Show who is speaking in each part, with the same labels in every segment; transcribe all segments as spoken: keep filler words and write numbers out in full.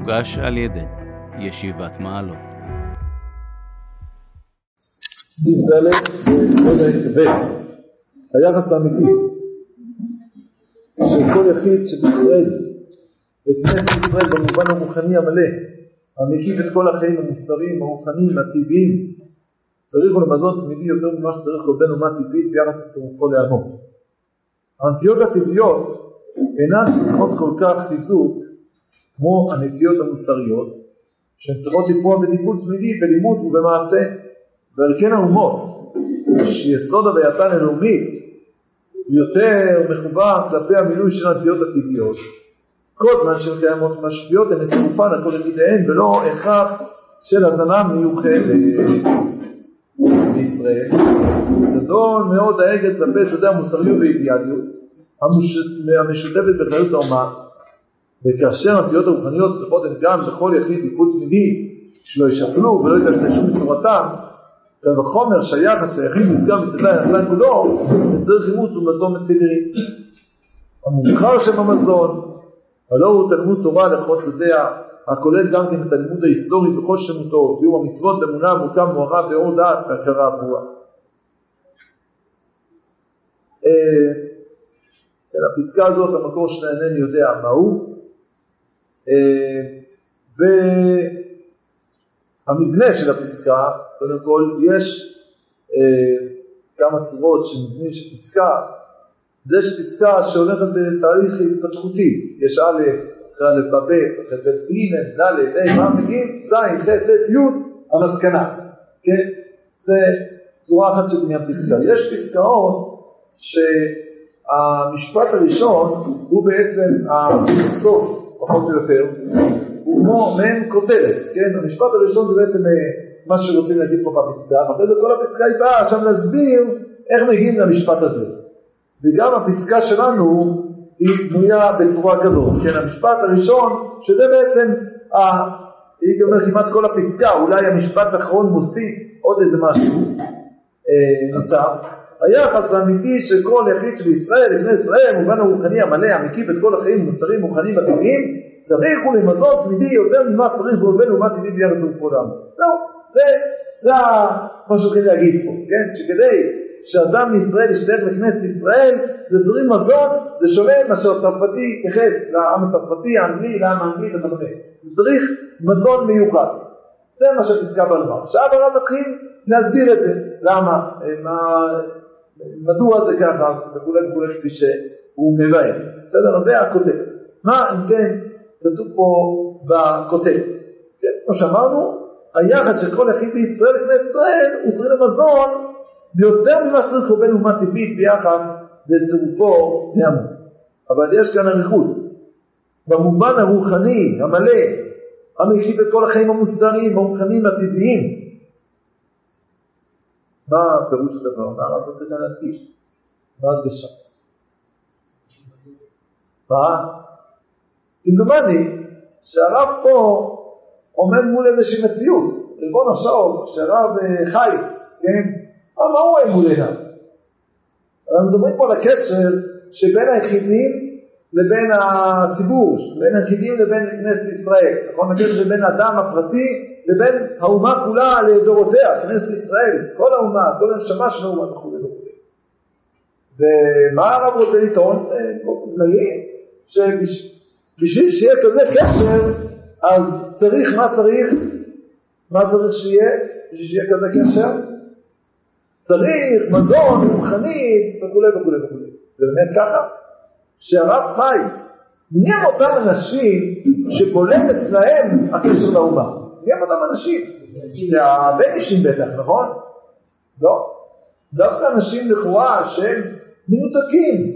Speaker 1: מוגש על ידי ישיבת מעלות.
Speaker 2: סעיף ד' בפרק ב', היחס האמיתי של כל יחיד שבישראל, בכנסת ישראל במובן הרוחני המלא, המקיף את כל החיים המוסריים, הרוחניים, הטבעיים, צריך לו למזון תמידי יותר ממה שצריך לו בן אומה טבעית ביחס לצירופו לעמו. הנטיות הטבעיות אינן צריכות כל כך חיזוק כמו הנטיות המוסריות, שהן צריכות טיפול בטיפול תמידי בלימוד ובמעשה. ועל כן האומות שיסוד הווייתן הלאומית יותר מחובר כלפי המילוי של הנטיות הטבעיות, כל זמן שהן קיימות משפיעות הן לצירופן על כל יחידיהן ולא הכרח של הזנה מיוחדת. בישראל גדול מאוד העגל כלפי שדה המוסריות והאידיאליות המשותפת בכללות האומה, וכאשר הנטיות הרוחניות צריכות הן גם בכל יחיד טיפול תמידי שלא ישפלו ולא יתשתשו מצורתם, ובחומר שהיחס שהיחיד נסגר מצדה הנכלן כולו וצריך אימוץ ומזון מתקדרי. המומחר שבמזון הלא הוא תלמוד תורה לכל צדיה, הכולל גם כן את הלימוד ההיסטורי בכל שמותו, קיום המצוות באמונה עמוקה מוארה באור דעת והכרה ברורה. הפסקה הזאת, המקור שלה אינני יודע מהו, והמבנה של הפסקה, קודם כל יש כמה צורות שמבנים של פסקה. יש פסקה שהולכת בתהליך התפתחותי, יש א', אחרי א' ב', אחרי ב' ג', ד', ה', מה מגיעים? ז', ח', ט', י', המסקנה. כן? זה צורה אחת של בניית פסקה. יש פסקאות שהמשפט הראשון הוא בעצם הסוף, פחות או יותר, הוא כמו מעין כותרת, כן? המשפט הראשון זה בעצם מה שרוצים להגיד פה בפסקה, ואחרי זה כל הפסקה היא באה עכשיו להסביר איך מגיעים למשפט הזה. וגם הפסקה שלנו היא בנויה בצורה כזאת, כן? המשפט הראשון, שזה בעצם, ה... היא אומר כמעט כל הפסקה, אולי המשפט האחרון מוסיף עוד איזה משהו אה, נוסף. היחס האמיתי של כל יחיד שבישראל, לפני ישראל, מובן הרוחני המלא, המקיף את כל החיים המוסריים, מוכנים הטבעיים, צריך הוא למזון תמידי יותר ממה צריך בו בן אומה טבעית ויחס וכבודם. זהו, זה, זה מה שהולכים להגיד פה, כן? שכדי שאדם מישראל ישתתף לכנסת ישראל, זה צריך מזון, זה שונה מה שהצרפתי יחס לעם הצרפתי, האנגלי, לעם האנגלי וכדומה. זה צריך מזון מיוחד. זה מה שהפסקה בא לומר. עכשיו הרב מתחיל להסביר את זה. למה? מה, מדוע זה ככה וכו' וכו' כפי שהוא מבאר. בסדר? אז זה הכותרת. מה אם כן כתוב פה בכותרת? כן? כמו שאמרנו, היחד של כל יחיד בישראל לכנסת ישראל הוא צריך למזון ביותר ממה שצריך לו בן אומה טבעית ביחס לצירופו לעמו. אבל יש כאן אריכות. במובן הרוחני, המלא, המקיף את כל החיים המוסדרים, הרוחניים הטבעיים. מה הפירוש של דבר? מה הרב רוצה כאן להדגיש? מה הדגשה? מה? כמדומני שהרב פה עומד מול איזושהי מציאות. בוא נחשוב שהרב חי, כן? אבל מה הוא רואה מול עיניו? אנחנו מדברים פה על הקשר שבין היחידים לבין הציבור, בין היחידים לבין כנסת ישראל. נכון? הקשר שבין האדם הפרטי לבין האומה כולה לדורותיה, כנסת ישראל, כל האומה, כל הנשמה של האומה וכו' וכו'. ומה הרב רוצה לטעון? נגיד שבשביל שיהיה כזה קשר, אז צריך, מה צריך? מה צריך שיהיה? בשביל שיהיה כזה קשר? צריך מזון, רוחני וכו' וכו' וכו'. זה באמת ככה? שהרב חי, מי הם אותם אנשים שבולט אצלהם הקשר לאומה? מי הם אותם אנשים? הבן אישים בטח, נכון? לא. דווקא אנשים לכאורה שהם מנותקים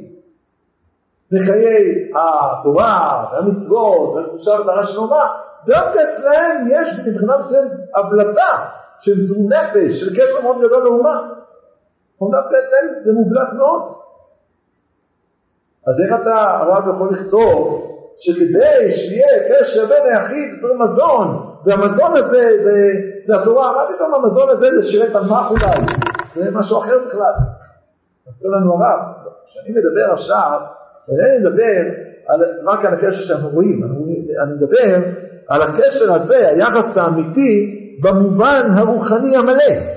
Speaker 2: בחיי התורה והמצוות והקדושה והטהרה של האומה, דווקא אצלהם יש מבחינה מסוימת הבלטה של מסירות נפש, של קשר מאוד גדול לאומה. דווקא אצלם זה מובלט מאוד. אז איך אתה הרב יכול לכתוב שכדי שיהיה קשר בין היחיד צריך מזון, והמזון הזה זה, זה התורה, מה פתאום המזון הזה זה שירת תנמך אולי, זה משהו אחר בכלל. אז תראה לנו הרב, כשאני מדבר עכשיו, אני מדבר על, רק על הקשר שאנחנו רואים, אני, אני מדבר על הקשר הזה, היחס האמיתי, במובן הרוחני המלא.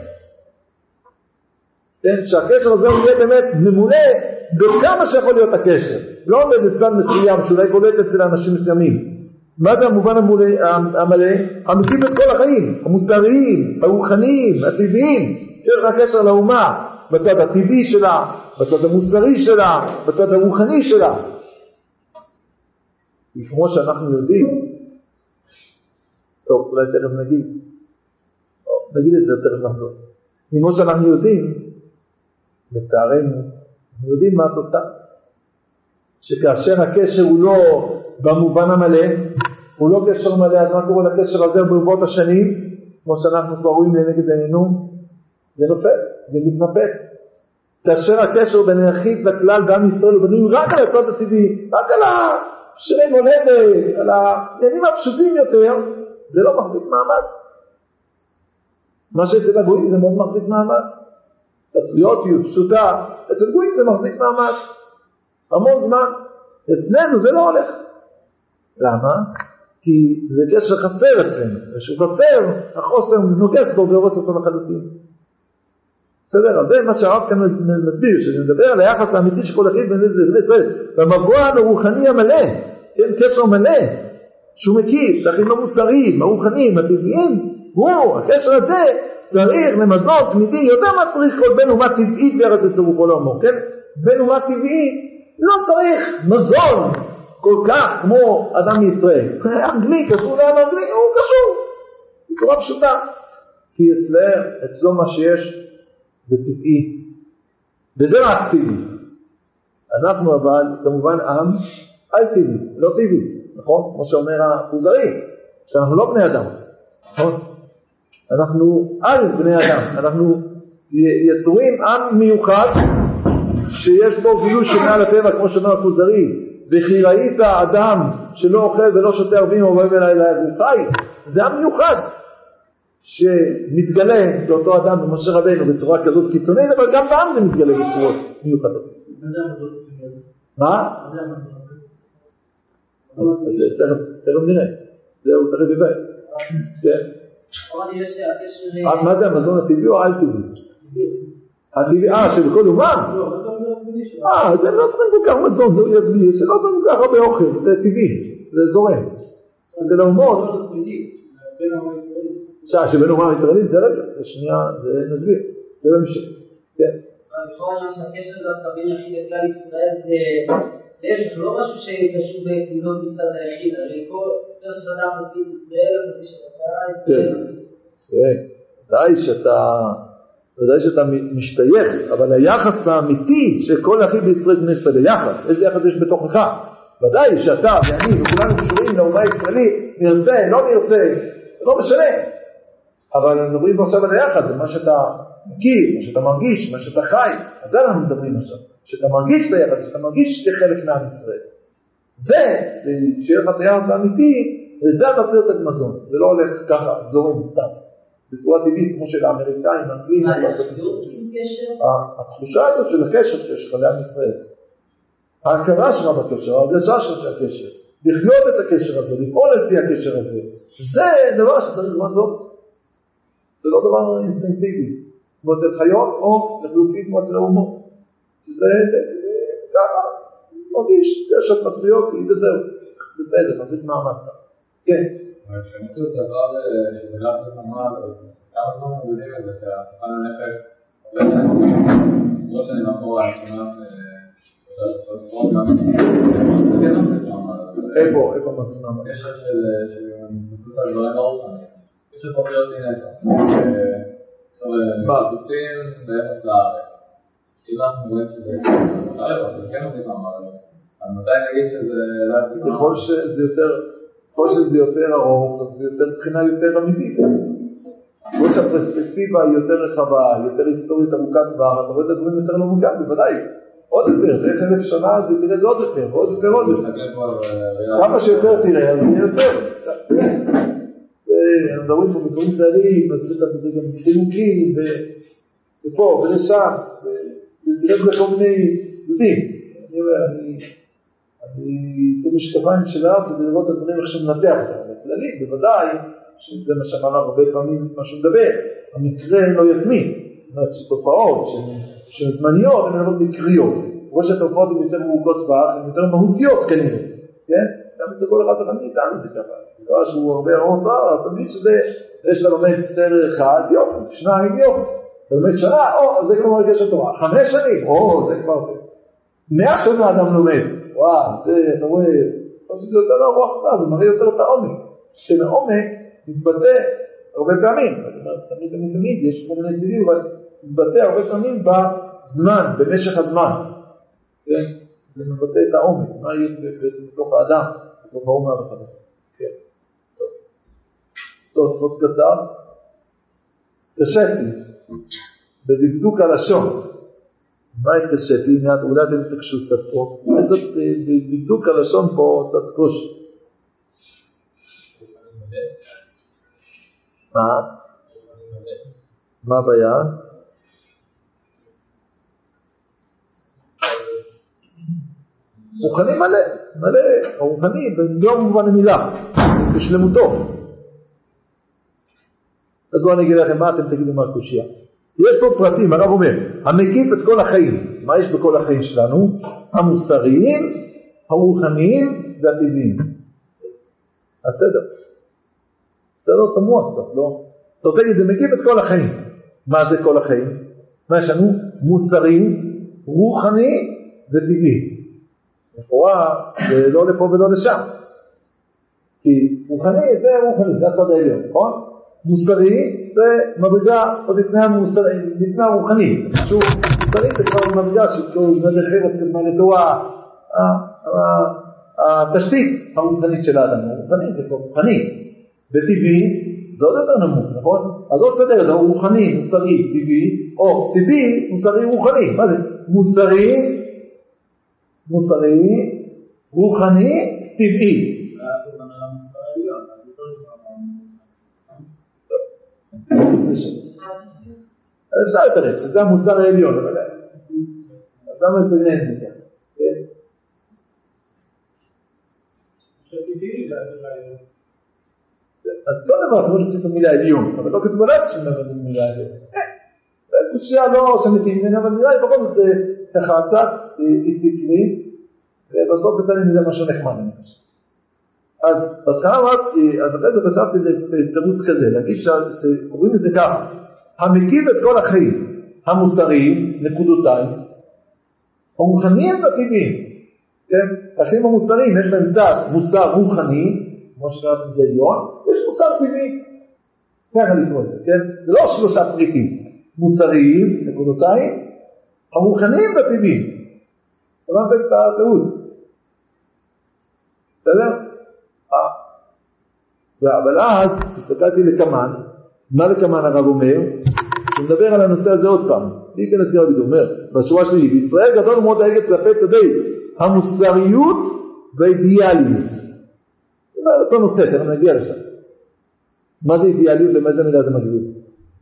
Speaker 2: כן, שהקשר הזה הוא יהיה באמת ממולא בכמה שיכול להיות הקשר. לא באיזה צד מסוים שאולי בולט אצל האנשים מסוימים. מה זה המובן המולא, המלא? אמיתי בכל החיים, המוסריים, הרוחניים, הטבעיים, שיש לך קשר לאומה, בצד הטבעי שלה, בצד המוסרי שלה, בצד הרוחני שלה. כמו שאנחנו יודעים, טוב, אולי תכף נגיד, נגיד את זה, תכף נחזור. כמו שאנחנו יודעים, לצערנו, אנחנו יודעים מה התוצאה. שכאשר הקשר הוא לא במובן המלא, הוא לא קשר מלא, אז מה קורה לקשר הזה ברבות השנים, כמו שאנחנו כבר רואים לנגד עינינו, זה נופל, זה מתנפץ. כאשר הקשר בין היחיד לכלל בעם ישראל הוא בנוי רק על הצד הטבעי, רק על השירי מולדת, על העניינים הפשוטים יותר, זה לא מחזיק מעמד. מה שאצל הגויים זה מאוד מחזיק מעמד. פטריוטיות פשוטה, אצל גויים זה מחזיק מעמד. המון זמן. אצלנו זה לא הולך. למה? כי זה קשר חסר אצלנו. כשהוא חסר, החוסר נוגס בו והורס אותו לחלוטין. בסדר? אז זה מה שהרב כאן מסביר, שמדבר על היחס האמיתי שכל יחיד בין ישראל, במובן הרוחני המלא, כן, קשר מלא, שהוא מכיר, את החיים המוסריים, הרוחניים, הטבעיים, הוא, הקשר הזה, צריך למזון תמידי, יודע מה צריך כל בין אומה טבעית בארץ לצירוף עולמו, כן? בין אומה טבעית לא צריך מזון כל כך כמו אדם מישראל. אנגלי, קשור לאדם אנגלי, הוא קשור, בצורה פשוטה. כי אצלם, אצלו מה שיש זה טבעי, וזה רק טבעי. אנחנו אבל כמובן עם על טבעי, לא טבעי, נכון? כמו שאומר הכוזרי, שאנחנו לא בני אדם, נכון? אנחנו על בני אדם, אנחנו יצורים עם מיוחד שיש בו גילוי שמעל הטבע, כמו שאומר הכוזרי, וכי ראית אדם שלא אוכל ולא שותה ערבים ובאים אליי לגופי, זה עם מיוחד שמתגלה לאותו אדם במשה רבינו בצורה כזאת קיצונית, אבל גם בעם זה מתגלה בצורות מיוחדות. מה? תכף נראה, זהו תכף יבוא. כן. מה זה המזון הטבעי או על טבעי? הטבעי, אה, שבכל אומה? אה, זה לא צריכים כל כך מזון, זה הוא יסביר, שלא צריכים כל כך הרבה אוכל, זה טבעי, זה זורם. זה לאומות. שעה שבין אומה ישראלית זה רגע, זה שנייה, זה נסביר, זה במשך. כן.
Speaker 3: אני יכול לומר שהקשר דווקא בין יחיד לכלל ישראל זה להפך, לא משהו שקשור בפעילות מצד היחיד, הרי כל צריך שפתח אותי בישראל, אבל כשפתח ישראל.
Speaker 2: כן, ודאי שאתה, ודאי שאתה משתייך, אבל היחס האמיתי שכל יחיד בישראל בני ישראל, היחס, איזה יחס יש בתוכך? ודאי שאתה ואני וכולנו קשורים לאומה הישראלית, נרצה, לא נרצה, לא משנה. אבל אנחנו מדברים עכשיו על היחס, זה מה שאתה מכיר, מה שאתה מרגיש, מה שאתה חי. אז זה אנחנו מדברים עכשיו. שאתה מרגיש את היחס, שאתה מרגיש שאתה חלק מעם ישראל. זה, שיהיה לך את היחס האמיתי, וזה אתה צריך לתת מזון. זה לא הולך ככה, זורם סתם. בצורה טבעית, כמו של האמריקאים, האנגלים.
Speaker 3: מה, זה אחדות עם קשר?
Speaker 2: התחושה הזאת של הקשר שיש לך לעם ישראל. ההכרה שלך בקשר, ההרגשה שלך של הקשר. לחיות את הקשר הזה, לפעול על פי הקשר הזה. זה דבר שצריך מזון. זה לא דבר אינסטינקטיבי, כמו אצל חיות, או לחלופית כמו אצל האומות. שזה ככה, מרגיש, קשר פטריוטי, וזהו. בסדר, אז זה מעמד כאן. כן.
Speaker 4: אבל כשנתו את דבר שבלח למעמד, אז כמה זמן מגודים את זה, כי ההפכה לנפת, הרבה שנים, עשרות שנים אחורה, אני כמעט, של עשרות גם, זה כן עושה מעמד.
Speaker 2: איפה, איפה מזין מעמד?
Speaker 4: קשר של מבוסס על דברים ארוכנים. קשר פטריוטי נטו. בקוצים ביחס לארץ. אם אנחנו רואים שזה זה כן עושה מעמד. אז מתי נגיד שזה...
Speaker 2: ככל שזה יותר... ככל שזה יותר ארוך, אז זה יותר מבחינה יותר אמיתית. ככל שהפרספקטיבה היא יותר רחבה, יותר היסטורית עמוקת טווח, אתה רואה את הדברים יותר לעומקם, בוודאי. עוד יותר, ואיך אלף שנה זה תראה את זה עוד יותר, ועוד יותר עוד יותר. כמה שיותר תראה, אז יהיה יותר. אנחנו מדברים פה בדברים כלליים, אז זה גם חילוקים, ופה ולשם, תראה את זה כל מיני צדדים. אני אומר, אני... אני אצא משקפיים של הרב כדי לראות את הדברים איך שמנתח אותם. בכללית, בוודאי, שזה מה שאמר הרבה פעמים, מה שהוא מדבר, המקרה לא יתמיד. זאת אומרת שתופעות שהן זמניות, הן לא מקריות. כמו שהתופעות הן יותר מרוכות טווח, הן יותר מהותיות כנראה. כן? גם אצל כל אחד אחד מאיתנו זה ככה. לא שהוא הרבה הרבה טוב, תמיד שזה, יש לה לומד סדר אחד, יופי, שניים יופי. אתה לומד שנה, או, זה כבר מרגש התורה. חמש שנים, או, זה כבר זה. מאה שנה אדם לומד. וואו, זה, אתה רואה, זה יותר הרוח טובה, זה מראה יותר את העומק. שמעומק מתבטא הרבה פעמים. תמיד, תמיד, תמיד, יש כל מיני סיבים, אבל מתבטא הרבה פעמים בזמן, במשך הזמן. כן? זה מבטא את העומק. מה יש בעצם בתוך האדם, בתוך האומה וכדומה. כן. טוב. תוספות קצר. התקשיתי בדקדוק הלשון. מה התקשיתי? מעט, אולי אתם תקשו קצת פה. בדקדוק הלשון פה קצת קושי. מה? מה הבעיה? רוחני מלא, מלא, רוחני, במלוא מובן המילה, בשלמותו. אז בואו אני אגיד לכם מה, אתם תגידו מה הקושיה. יש פה פרטים, הרב אומר, המקיף את כל החיים. מה יש בכל החיים שלנו? המוסריים, הרוחניים והטבעיים. הסדר. בסדר, תמוח קצת, לא? אתה רוצה להגיד, זה מקיף את כל החיים. מה זה כל החיים? מה יש לנו? מוסרי, רוחני וטבעי. לכאורה, זה לא לפה ולא לשם. כי רוחני זה רוחני, זה הצד העליון, נכון? מוסרי זה מדרגה עוד לפני המוסרי, לפני הרוחני. שוב, מוסרי זה כבר מדרגה שכאילו נדרך ארץ כדמה לתורה, התשתית הרוחנית של האדם. הרוחני זה כבר רוחני. וטבעי זה עוד יותר נמוך, נכון? אז עוד סדר, זה רוחני, מוסרי, טבעי, או טבעי, מוסרי, רוחני. מה זה? מוסרי, מוסרי, רוחני, טבעי. זה שם. אז אפשר לתרץ, שזה המוסר העליון, אבל אז למה לסגנן את זה כאן? אז כל דבר אתה לא לצאת את המילה עליון, אבל לא כתוב עליו שאומר את המילה עליון. זה קושיה לא שמתאים ממנה, אבל נראה לי בכל זאת זה ככה קצת הציק לי, ובסוף יצא לי מזה משהו נחמד. אז בהתחלה אמרתי, אז אחרי זה חשבתי זה תירוץ כזה, להגיד שקוראים את זה ככה, המקיף את כל החיים, המוסריים, נקודותיים, הרוחניים והטבעיים, כן? החיים המוסריים, יש בהם צד מוסר רוחני, כמו שקראתם זה עליון, יש מוסר טבעי, ככה לקרוא את זה, כן? זה לא שלושה פריטים, מוסריים, נקודותיים, הרוחניים והטבעיים, הבנתם את התירוץ, בסדר? אבל אז הסתכלתי לקמן, מה לקמן הרב אומר? הוא מדבר על הנושא הזה עוד פעם, להיכנס לרב הוא אומר, בשורה שלי, בישראל גדול מאוד ההגת כלפי צדי המוסריות והאידיאליות. זה אותו נושא, תכף נגיע לשם. מה זה אידיאליות? למה איזה מילה זה מגביל?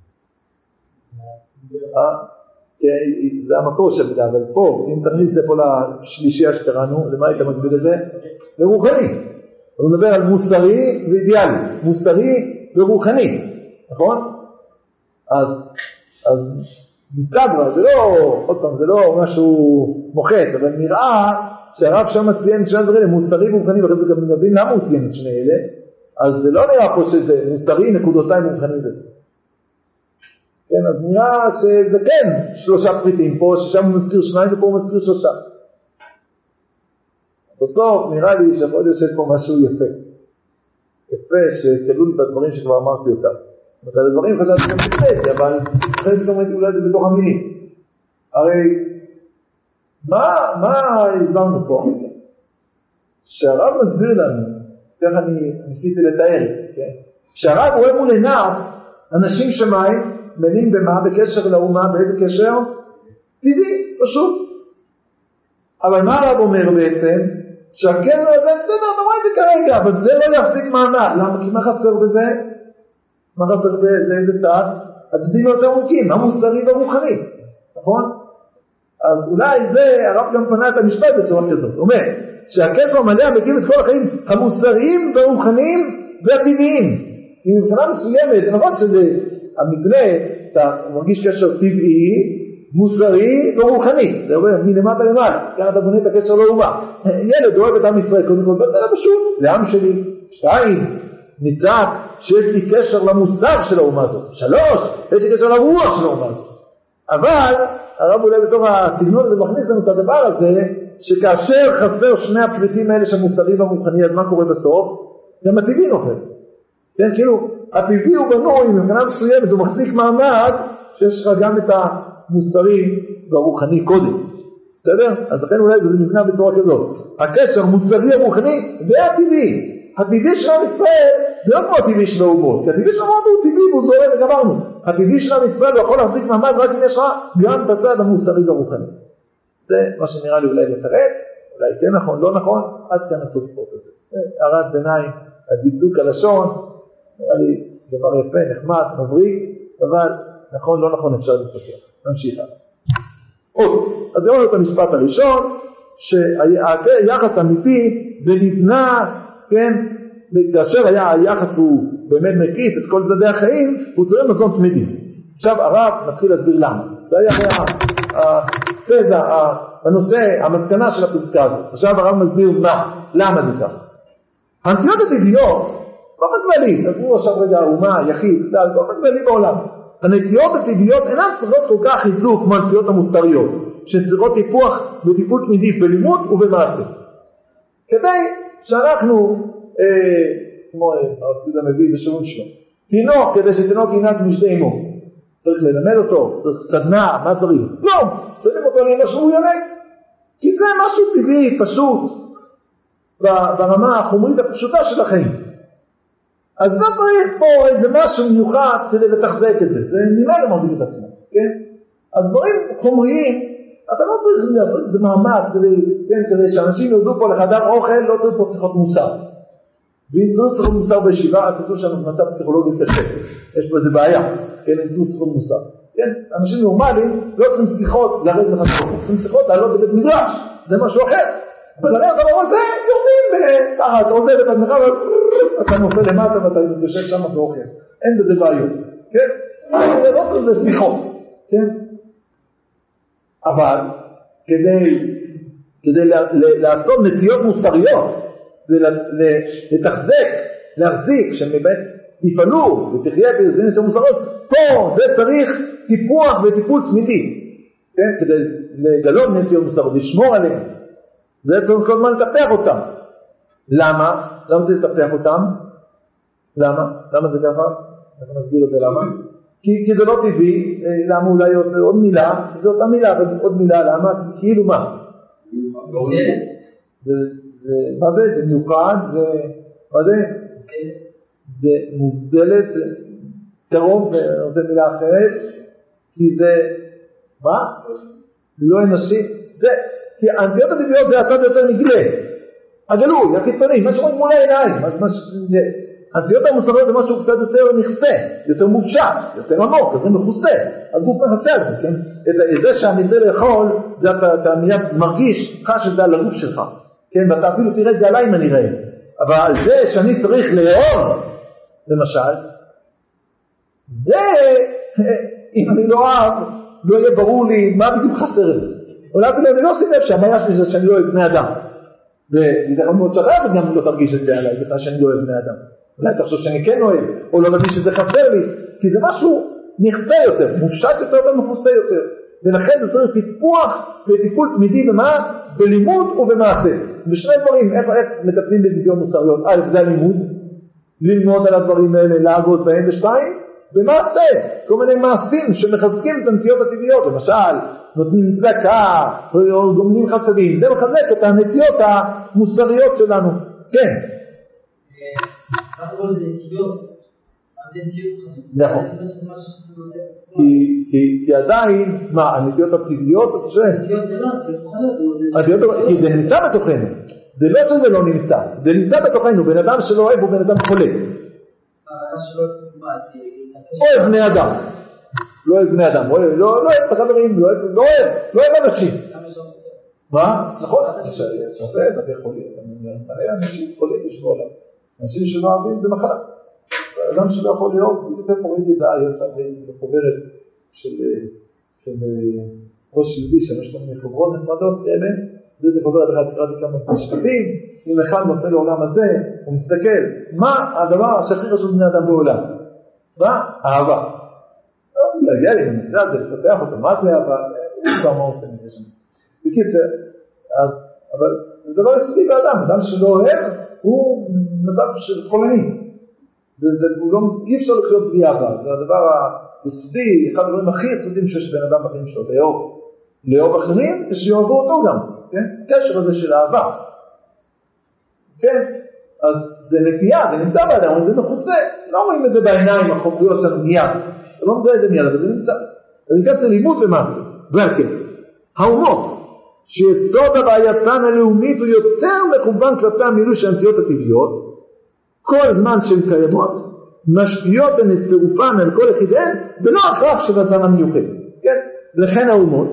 Speaker 2: זה המקור של מילה, אבל פה, אם תכניס זה פה לשלישייה שקראנו, למה היית מגביל את זה? לרוחני. אז הוא מדבר על מוסרי ואידיאלי, מוסרי ורוחני, נכון? אז, אז מסתבר, זה לא, עוד פעם, זה לא משהו מוחץ, אבל נראה שהרב שם ציין את שני דברים, מוסרי ורוחני, ואחרי זה גם נבין למה הוא ציין את שני אלה, אז זה לא נראה פה שזה מוסרי, נקודותיים ורוחני וזה. כן, אז נראה שזה כן שלושה פריטים פה, ששם הוא מזכיר שניים ופה הוא מזכיר שלושה. בסוף נראה לי שיכול להיות שיש פה משהו יפה. יפה שכלול בדברים שכבר אמרתי אותם. זאת אומרת, הדברים חשבתי גם לפני זה, אבל אחרי פתאום ראיתי אולי זה בתוך המילים. הרי, מה, מה הסברנו פה? שהרב מסביר לנו, כך אני ניסיתי לתאר, כן? שהרב רואה מול עיניו אנשים שמיים, מנים במה, בקשר לאומה, באיזה קשר? טבעי, פשוט. אבל מה הרב אומר בעצם? שהקשר הזה בסדר, אתה רואה את זה כרגע, אבל זה לא יחזיק מעמד. למה? כי מה חסר בזה? מה חסר בזה? איזה צעד? הצדדים יותר עמוקים, המוסרי והרוחני, נכון? אז אולי זה, הרב גם פנה את המשפט בצורה כזאת. הוא אומר, שהקשר המלא מקים את כל החיים המוסריים והרוחניים והטבעיים. אם מבחינה מסוימת, זה נכון שזה המבנה, אתה מרגיש קשר טבעי, מוסרי ורוחני, זה אומר מלמטה למעלה, כאן אתה בונה את הקשר לאומה. ילד אוהב את עם ישראל, קודם כל, בצד פשוט, זה עם שלי. שתיים, נצעק שיש לי קשר למוסר של האומה הזאת. שלוש, יש לי קשר לרוח של האומה הזאת. אבל הרב אולי בתוך הסגנון הזה מכניס לנו את הדבר הזה, שכאשר חסר שני הפריטים האלה של מוסרי והרוחני, אז מה קורה בסוף? גם הטבעי נופל. כן, כאילו, הטבעי הוא בנוי, מבחינה מסוימת, הוא מחזיק מעמד, שיש לך גם את המוסרי והרוחני קודם. בסדר? אז לכן אולי זה נבנה בצורה כזאת. הקשר מוסרי הרוחני והטבעי. הטבעי של עם ישראל זה לא כמו הטבעי של האומות, כי הטבעי של האומות הוא טבעי והוא זורם וגמרנו. הטבעי של עם ישראל הוא יכול להחזיק מעמד רק אם יש לך גם את הצד המוסרי והרוחני. זה מה שנראה לי אולי לתרץ, אולי כן נכון, לא נכון, עד כאן התוספות הזה. הערת ביניים, הדקדוק הלשון, נראה לי דבר יפה, נחמד, מבריק, אבל נכון, לא נכון, אפשר להתווכח. נמשיך. עוד, אז ראינו את המשפט הראשון, שהיחס אמיתי זה נבנה, כן, כאשר היה היחס הוא באמת מקיף את כל זדי החיים, הוא צריך מזון תמידי. עכשיו הרב מתחיל להסביר למה. זה היה התזה, הנושא, המסקנה של הפסקה הזאת. עכשיו הרב מסביר מה, למה זה ככה. הנטיות הטבעיות, באופן כללי, תעזבו עכשיו רגע האומה, יחיד, באופן כללי בעולם. הנטיות הטבעיות אינן צריכות כל כך חיזוק כמו הנטיות המוסריות, שצריכות טיפוח וטיפול תמידי בלימוד ובמעשה. כדי שאנחנו, אה, כמו הרב ציודה מביא בשיעור שלו, תינוק, כדי שתינוק ינהג משדה אמו, צריך ללמד אותו, צריך סדנה, מה צריך? לא, שמים אותו לאמא שהוא ינהג, כי זה משהו טבעי, פשוט, ברמה החומרית הפשוטה של החיים. אז לא צריך פה איזה משהו מיוחד כדי לתחזק את זה, זה נראה למחזיק את עצמו, כן? אז דברים חומריים, אתה לא צריך לעשות איזה מאמץ כדי, כן, כדי שאנשים יורדו פה לחדר אוכל, לא צריך פה שיחות מוסר. ואם צריך שיחות מוסר בישיבה, אז תדעו שאנחנו במצב פסיכולוגי קשה. יש פה איזה בעיה, כן, אם צריך שיחות מוסר. כן, אנשים נורמליים לא צריכים שיחות לרדת לחדר, צריכים שיחות לעלות לבית מדרש, זה משהו אחר. אבל הרי הדבר הזה יורדים ככה, אתה עוזב את עצמך ואתה נופל למטה ואתה מתיישב שם באוכל. אין בזה בעיות, כן? זה לא צריך לזה שיחות, כן? אבל כדי, כדי לעשות נטיות מוסריות, לתחזק, להחזיק, שבאמת יפעלו ותחיה בנטיות מוסריות, פה זה צריך טיפוח וטיפול תמידי, כן? כדי לגלות נטיות מוסריות, לשמור עליהן. זה צריך כל הזמן לטפח אותם. למה? למה צריך לטפח אותם? למה? למה זה ככה? אנחנו נסביר את זה למה? כי, כי זה לא טבעי, למה אולי עוד, עוד מילה, זה אותה מילה, אבל עוד מילה, למה? כי, כאילו מה? זה, זה, מה זה? זה מיוחד, זה, מה זה? זה מובדלת, קרוב, זה מילה אחרת, כי זה, מה? לא אנושי, זה, כי הנטיות הטבעיות זה הצד יותר נגלה, הגלוי, החיצוני, מה שרואים מול העיניים, הנטיות המוסריות זה משהו קצת יותר נכסה, יותר מופשט, יותר עמוק, אז זה מכוסה, הגוף מכסה על זה, כן? את זה שאני צריך לאכול, זה אתה, אתה מיד מרגיש, חש שזה על הגוף שלך, כן? ואתה אפילו תראה את זה עליי אם אני ראה, אבל זה שאני צריך לאהוב, למשל, זה, אם אני לא אוהב, לא יהיה ברור לי מה בדיוק חסר לי. אולי אפילו אני לא עושים לב שהבעיה שלי זה שאני לא אוהב בני אדם. ולדעתי מאוד שרע וגם לא תרגיש את זה עליי, בכלל שאני לא אוהב בני אדם. אולי תחשוב שאני כן אוהב, או לא תרגיש שזה חסר לי, כי זה משהו נכסה יותר, מופשט יותר ומכוסה יותר. ולכן זה צריך טיפוח וטיפול תמידי במה? בלימוד ובמעשה. בשני דברים, איך, איך מטפלים בנטיות מוסריות? א', זה הלימוד, ללמוד על הדברים האלה, לעבוד בהם, ושתיים, במעשה, כל מיני מעשים שמחזקים את הנטיות הטבעיות, למשל, נותנים צדקה, או גומלים חסדים, זה מחזק את הנטיות המוסריות שלנו. כן.
Speaker 3: אנחנו רואים את הנטיות,
Speaker 2: נכון. כי עדיין, מה, הנטיות הטבעיות, אתה שואל?
Speaker 3: הנטיות נטיות,
Speaker 2: כי זה נמצא בתוכנו. זה לא שזה לא נמצא, זה נמצא בתוכנו. בן אדם שלא אוהב הוא בן אדם חולה. אוהב בני אדם. לא אוהב בני אדם, לא אוהב את החברים, לא אוהב, לא אוהב אנשים. מה? נכון, יש הרבה בתי חולים, מלא אנשים חולים יש בעולם. אנשים שלא אוהבים זה מחלה. אדם שלא יכול לאהוב, בדיוק איפה ראיתי את זה, עכשיו ראיתי את החוברת של ראש יהודי, שיש כל מיני חברות נחמדות כאלה, זה חוברת אחת, קראתי כמה משפטים, אם אחד נופל לעולם הזה, הוא מסתכל, מה הדבר שהכי חשוב בני אדם בעולם? מה? אהבה. לא מגלגל עם הנושא הזה, לפתח אותו, מה זה אהבה? הוא כבר מה עושה מזה שם. בקיצר, אז, אבל זה דבר יסודי באדם, אדם שלא אוהב, הוא מצב של חולני. זה, זה, הוא לא, אי אפשר לחיות בלי אהבה, זה הדבר היסודי, אחד הדברים הכי יסודיים שיש בן אדם בחיים שלו, לאהוב. לאהוב אחרים, ושיאהבו אותו גם, כן? קשר הזה של אהבה. כן? אז זה נטייה, זה נמצא באדם, זה מכוסה, לא רואים את זה בעיניים החומריות שלנו מיד, אתה לא מזהה את זה מיד, אבל זה נמצא. זה נקרא זה לימוד ומעשה, ועל כן, האומות, שיסוד הבעייתן הלאומית הוא יותר מכוון כלפי המילוי של הנטיות הטבעיות, כל זמן שהן קיימות, משפיעות הן את צירופן על כל יחידיהן, ולא הכרח של הזן המיוחד. כן? לכן האומות,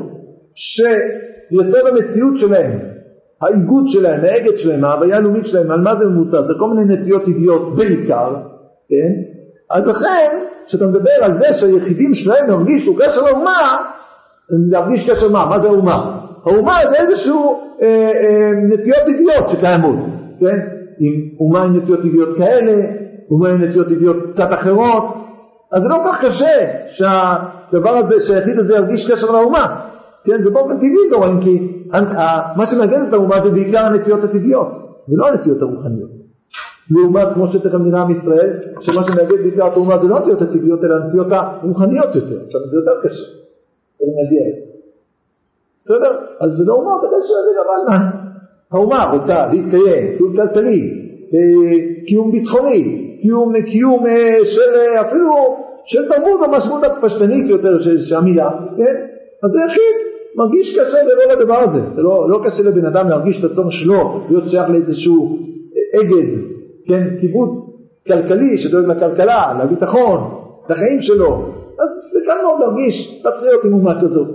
Speaker 2: שיסוד המציאות שלהם, האיגוד שלהם, האגד שלהם, ההוויה הלאומית שלהם, על מה זה ממוצע, זה כל מיני נטיות טבעיות בעיקר, כן? אז לכן, כשאתה מדבר על זה שהיחידים שלהם ירגישו קשר לאומה, להרגיש קשר מה? מה זה האומה? האומה זה איזשהו אה, אה, נטיות טבעיות שקיימות, כן? עם אומה עם נטיות טבעיות כאלה, אומה עם נטיות טבעיות קצת אחרות, אז זה לא כל כך קשה שהדבר הזה, שהיחיד הזה ירגיש קשר לאומה, כן? זה באופן טבעי זורם, כי מה שמאגד את האומה זה בעיקר הנטיות הטבעיות, ולא הנטיות הרוחניות. לעומת, כמו שתכף נראה עם ישראל, שמה שמאגד בעיקר את האומה זה לא הנטיות הטבעיות, אלא הנטיות הרוחניות יותר. עכשיו זה יותר קשה, אני מגיע את זה. בסדר? אז זה לא אומה, כדי שזה אבל האומה רוצה להתקיים, קיום כלכלי, קיום ביטחוני, קיום, קיום של אפילו של תרבות או משמעות הפשטנית יותר של המילה, כן? אז זה יחיד, מרגיש קשה ולא לדבר הזה. זה לא, לא קשה לבן אדם להרגיש את הצורך שלו, להיות שייך לאיזשהו אגד, כן? קיבוץ כלכלי שדואג לכלכלה, לביטחון, לחיים שלו. אז זה כאן מאוד להרגיש פטריוט עם אומה כזאת.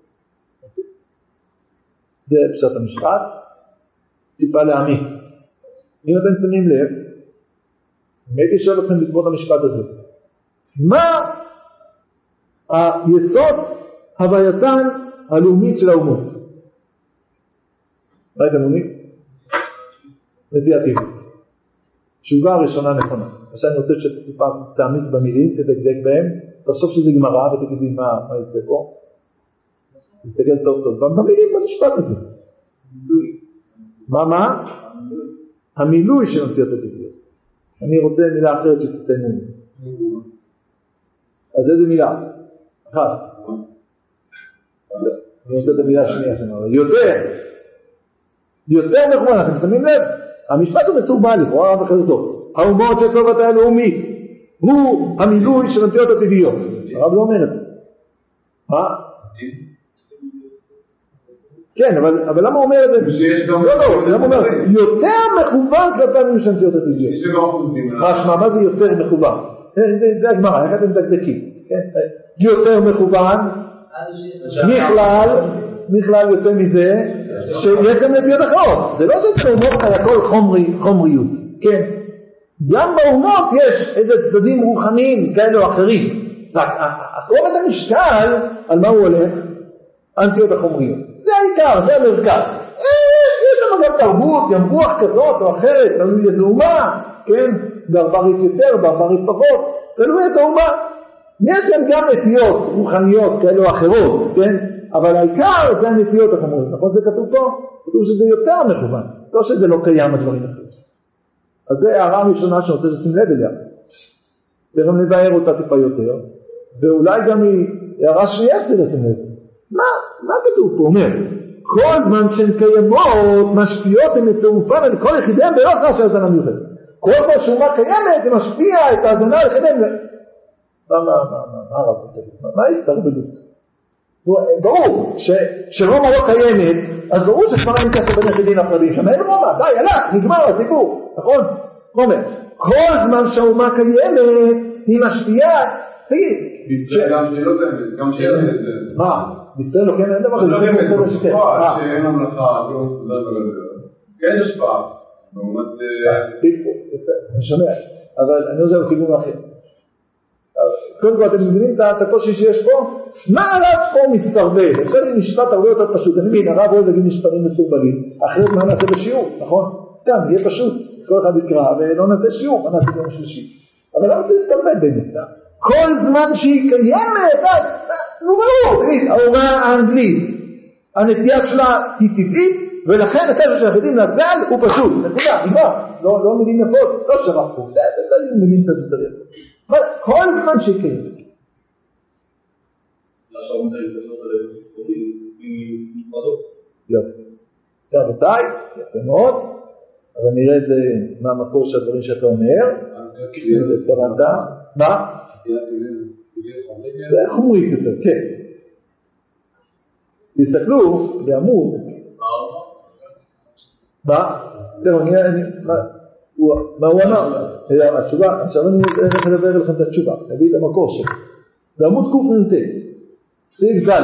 Speaker 2: זה פשט המשפט, טיפה להעמיק. אם אתם שמים לב, הייתי שואל אתכם לכבוד המשפט הזה. מה היסוד הווייתן הלאומית של האומות? מה אתם עונים? נטייה טבעית. תשובה הראשונה נכונה. עכשיו אני רוצה שטיפה תעמיק במילים, תדקדק בהם, תחשוב שזה גמרא ותגידי מה, מה יצא פה. תסתכל טוב טוב. במילים במשפט הזה. מה מה? המילוי של נטיות הטבעיות. אני רוצה מילה אחרת שתציינו. אז איזה מילה? אחת. אני רוצה את המילה השנייה שלנו. יותר. יותר מכוון, אתם שמים לב? המשפט הוא מסורבל, לכאורה רב אחרי טוב. האומות של סובתה הלאומית הוא המילוי של נטיות הטבעיות. הרב לא אומר את זה. מה? כן, אבל, אבל למה הוא אומר את זה? לא, לא, למה הוא אומר? יותר מכוון כלפי המילוי של נטיות הטבעיות. יש גם אחוזים. מה, מה זה יותר מכוון? זה הגמרא, איך אתם מדקדקים? יותר מכוון, מכלל, מכלל יוצא מזה, שיש גם נטיות אחרות. זה לא שאתה אומות על הכל חומרי, חומריות, כן? גם באומות יש איזה צדדים רוחניים כאלה או אחרים. רק, הכובד המשקל, על מה הוא הולך? הנטיות החומריות. זה העיקר, זה המרכז. יש שם גם תרבות, גם רוח כזאת או אחרת, תלוי איזו אומה, כן? ברברית יותר, ברברית פחות, תלוי איזו אומה. יש להם גם נטיות רוחניות כאלה או אחרות, כן? אבל העיקר זה הנטיות החומריות. נכון? זה כתוב פה? כתוב שזה יותר מכוון. לא שזה לא קיים הדברים אחרים. אז זה הערה הראשונה שאני רוצה לשים לב אליה. תראה נבהר אותה טיפה יותר. ואולי גם היא הערה שיש לי לשים לב. מה? מה כתוב פה? אומר, כל זמן שהן קיימות, משפיעות הן לצירופן על כל יחידיהם ולא אחר שהזנה מיוחד. כל פעם שאומה קיימת, זה משפיע את ההזנה על יחידיהם. מה, מה, מה, מה, מה הרב רוצה? מה ההסתרבלות? ברור, כשרומא לא קיימת, אז ברור שכבר אין קשר בין יחידים לפרדים. שם אין רומא, די, הלך, נגמר הסיפור, נכון? אומר, כל זמן שהאומה קיימת, היא משפיעה.
Speaker 4: בישראל גם שלא קיימת, גם שאין את זה.
Speaker 2: מה? בישראל לא כן, אין דבר כזה.
Speaker 4: לא באמת, בפועל שאין המלאכה, לא מסודר בגלל. אז כן יש השפעה. לעומת...
Speaker 2: אני שומע, אבל אני עוזר לכיוון אחר. קודם כל, אתם מבינים את הקושי שיש פה? מה הרב פה מסתרבל? עכשיו זה משפט הרבה יותר פשוט. אני מבין, הרב אוהב להגיד משפטים מסורבלים. אחרת מה נעשה בשיעור, נכון? סתם, יהיה פשוט. כל אחד יקרא ולא נעשה שיעור, מה נעשה ביום שלישי. אבל לא רוצה להסתרבל באמת. כל זמן שהיא קיימת, נו ברור, ההוראה האנגלית, הנטייה שלה היא טבעית, ולכן הקשר של היחידים לכלל הוא פשוט. נקודה, נגמר. לא מילים יפות, לא שרח פה. בסדר, לא מילים קצת יותר יפות. כל זמן שהיא קיימת.
Speaker 4: לשאומות ההתקדמות על היציסטורי היא נפרדות.
Speaker 2: יופי. רבותיי, יפה מאוד, אבל נראה את זה מהמקור של הדברים שאתה אומר. זה התכוונת. מה? זה חומרית יותר, כן. תסתכלו בעמוד. מה? תראו, מה הוא אמר? התשובה, עכשיו אני הולך לדבר לכם את התשובה, נביא את המקור שלו. בעמוד קנ"ט, סעיף ד',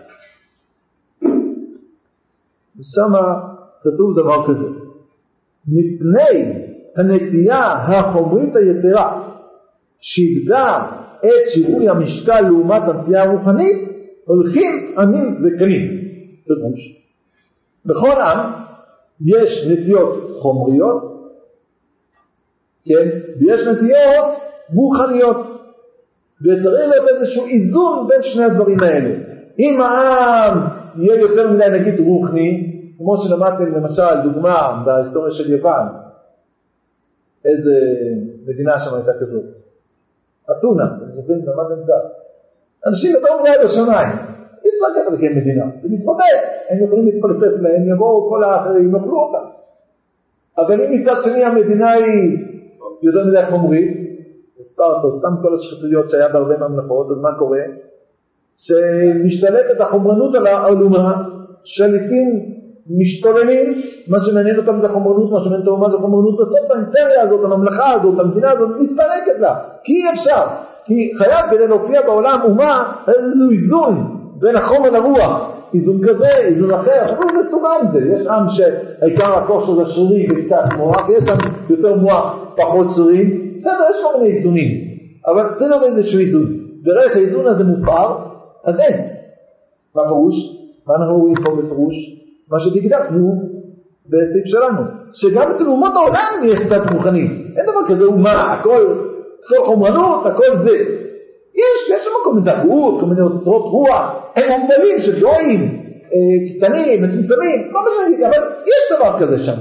Speaker 2: ושם כתוב דבר כזה, מפני הנטייה החומרית היתרה, שאיבדה את שיווי המשקל לעומת הנטייה הרוחנית, הולכים עמים וקלים. פירוש. בכל עם יש נטיות חומריות, כן? ויש נטיות רוחניות. וצריך להיות איזשהו איזון בין שני הדברים האלה. אם העם יהיה יותר מדי נגיד רוחני, כמו שלמדתם למשל דוגמה בהיסטוריה של יוון, איזה מדינה שם הייתה כזאת? אתונה, אתם זוכרים, למדתם קצת. אנשים יותר מדי בשמיים, אי אפשר לקחת לכם מדינה, זה מתמודד, הם יכולים להתפלסף להם, יבואו כל האחרים, יאכלו אותם. אבל אם מצד שני המדינה היא יותר מדי חומרית, ספרטה, סתם כל השחיתויות שהיה בהרבה מהמלכות, אז מה קורה? שמשתלטת החומרנות על האלומה, שליטים משתוללים, מה שמעניין אותם זה חומרנות, מה שמעניין אותם זה חומרנות, בסוף האימפריה הזאת, הממלכה הזאת, המדינה הזאת, מתפרקת לה, כי אי אפשר, כי חייב כדי להופיע בעולם אומה, איזשהו איזון בין החומר לרוח, איזון כזה, איזון אחר, אבל זה סוג עם זה, יש עם שהעיקר הכוח שלו זה שרירי וקצת מוח, יש שם יותר מוח, פחות שרירי, בסדר, יש כל מיני איזונים, אבל זה לא איזשהו איזון, ברגע שהאיזון הזה מופר, אז אין. מה פירוש? מה אנחנו רואים פה בפירוש? מה שדקדקנו בסעיף שלנו, שגם אצל אומות העולם יש קצת רוחני, אין דבר כזה אומה, הכל, הכל חומרנות, הכל זה. יש, יש שם כל מיני דרגות, כל מיני אוצרות רוח, הם מוגבלים של גויים, אה, קטנים, מצומצמים, לא משנה, אבל יש דבר כזה שם.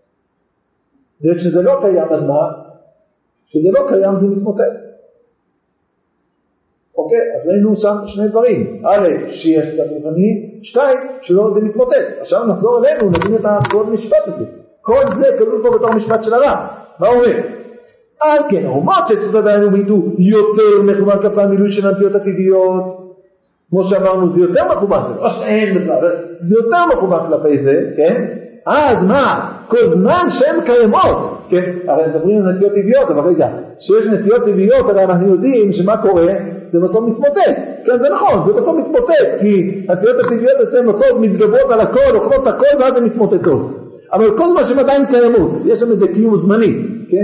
Speaker 2: וכשזה לא קיים, אז מה? כשזה לא קיים זה מתמוטט. אוקיי, אז ראינו שם שני דברים. א', שיש קצת רוחני, שתיים, שלא זה מתמוטט. עכשיו נחזור אלינו, נבין את הקוד משפט הזה. כל זה כלול פה בתור משפט של הרב. מה הוא אומר? על כן, האומות שצריך בהם מידו יותר מכוון כלפי המילוי של הנטיות הטבעיות. כמו שאמרנו, זה יותר מכוון, זה לא שאין בכלל, זה יותר מכוון כלפי זה, כן? אז מה? כל זמן שהן קיימות, כן? הרי מדברים על נטיות טבעיות, אבל רגע, שיש נטיות טבעיות, הרי אנחנו יודעים שמה קורה? זה בסוף מתמוטט. כן, זה נכון, זה בסוף מתמוטט, כי הנטיות הטבעיות אצלם בסוף מתגברות על הכל, אוכלות הכל, ואז הן מתמוטטות. אבל כל זמן שהן עדיין קיימות, יש שם איזה קיום זמני, כן?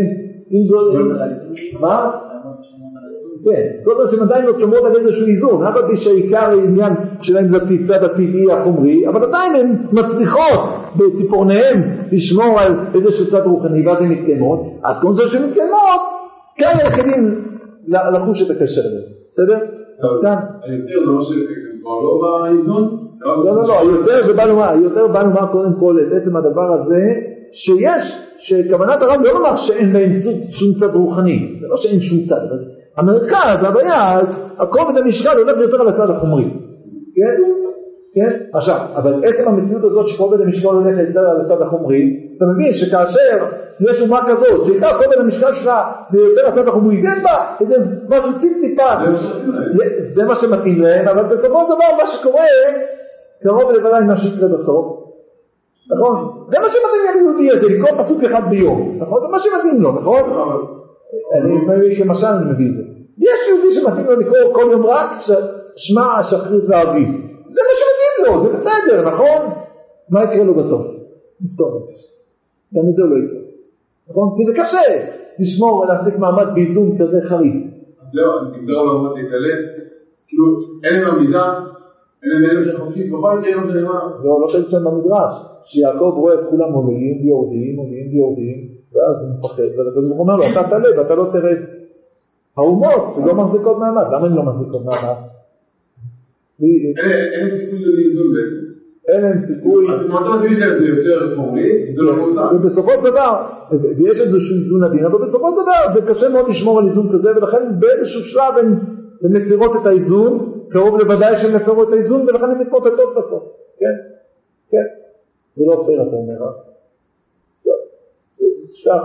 Speaker 2: מה? כן, כל זמן שהן עדיין לא שומרות על איזשהו איזון, אבל שהעיקר העניין שלהם זה הצד הטבעי החומרי, אבל עדיין הן מצליחות בציפורניהם לשמור על איזשהו צד רוחני, ואז הן מתקיימות, אז כל זמן שהן מתקיימות, כאן היחידים לחוש את הקשר הזה, בסדר? אז כאן.
Speaker 4: היותר זה מה שכבר לא באיזון?
Speaker 2: לא, לא, לא, היותר זה בא לומר, היותר בא לומר קודם כל את עצם הדבר הזה, שיש, שכוונת הרב לא לומר שאין להם שום צד רוחני, זה לא שאין שום צד, אבל המרכז, הבעיה, הכובד המשקל הולך יותר על הצד החומרי, כן? כן? עכשיו, אבל עצם המציאות הזאת שכובד המשקל הולך יותר על הצד החומרי, אתה מבין שכאשר יש אומה כזאת, שעיקר כובד המשקל שלה זה יותר הצד החומרי, יש בה איזה משהו טיפ טיפה, זה מה שמתאים להם, אבל בסופו של דבר מה שקורה, קרוב לוודאי מה שיקרה בסוף, נכון? זה מה שמתאים ליהודי הזה, לקרוא פסוק אחד ביום, נכון? זה מה שמתאים לו, נכון? אני מביא כמשל אני מביא את זה. יש יהודי שמתאים לו לקרוא כל יום רק שמע השחרית והאביב. זה מה שמתאים לו, זה בסדר, נכון? מה יקרה לו בסוף? מסתובב. גם את זה לא יקרה. נכון? כי זה קשה לשמור ולהחזיק מעמד באיזון כזה חריף.
Speaker 4: אז זהו, אני תגזור לעמוד להתעלה, כאילו אין להם עמידה, אין להם חופשית, בכל מקרה אין להם מה.
Speaker 2: לא, לא תגיד שם במדרש, שיעקב רואה את כולם עולים ויורדים, עולים ויורדים, ואז הוא מפחד, ואז הקדוש ברוך הוא אומר לו, אתה תעלה ואתה לא תרד. האומות לא מחזיקות מעמד, למה הן לא מחזיקות מעמד?
Speaker 4: אין סיכוי לאיזון בעצם.
Speaker 2: אין להם סיכוי.
Speaker 4: אז מה אתה מצביע שלהם זה יותר חומרי, זה לא מאוזן.
Speaker 2: ובסופו של דבר, ויש איזשהו איזון עדין, אבל בסופו של דבר זה קשה מאוד לשמור על איזון כזה, ולכן באיזשהו שלב הם מפרות את האיזון, קרוב לוודאי שהם מפרו את האיזון, ולכן הם מתמוטטות בסוף. כן? כן. זה לא פייר, אתה אומר. טוב. שכח.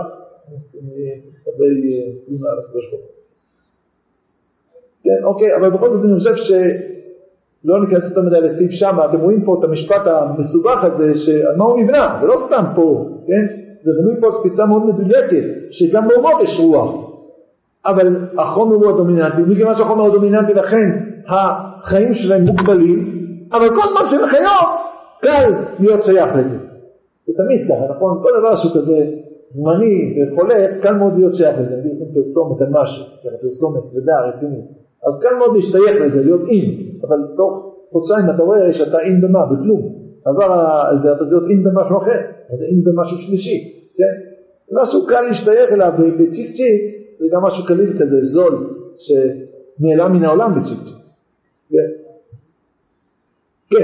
Speaker 2: מסתבי איזון על הקדוש ברוך הוא. כן, אוקיי, אבל בכל זאת אני חושב ש... לא ניכנס יותר מדי לסעיף שם, אתם רואים פה את המשפט המסובך הזה, שעל מה הוא נבנה, זה לא סתם פה, כן? זה בנוי פה תפיסה מאוד מדויקת, שגם באומות יש רוח, אבל החומר הוא הדומיננטי, מכיוון שהחומר הוא הדומיננטי, לכן החיים שלהם מוגבלים, אבל כל זמן שהם חיות, קל להיות שייך לזה. זה תמיד ככה, נכון? כל דבר שהוא כזה זמני וחולף, קל מאוד להיות שייך לזה, אני עושים פרסומת על משהו, פרסומת כבדה, רצינית. אז קל מאוד להשתייך לזה, להיות אין, אבל תוך חודשיים אתה רואה שאתה אין במה, בכלום. עבר הזה, אתה זה להיות אין במשהו אחר, אז אין במשהו שלישי, כן? משהו קל להשתייך אליו בצ'יק צ'יק, זה גם משהו קליל כזה, זול, שנעלם מן העולם בצ'יק צ'יק. כן? כן.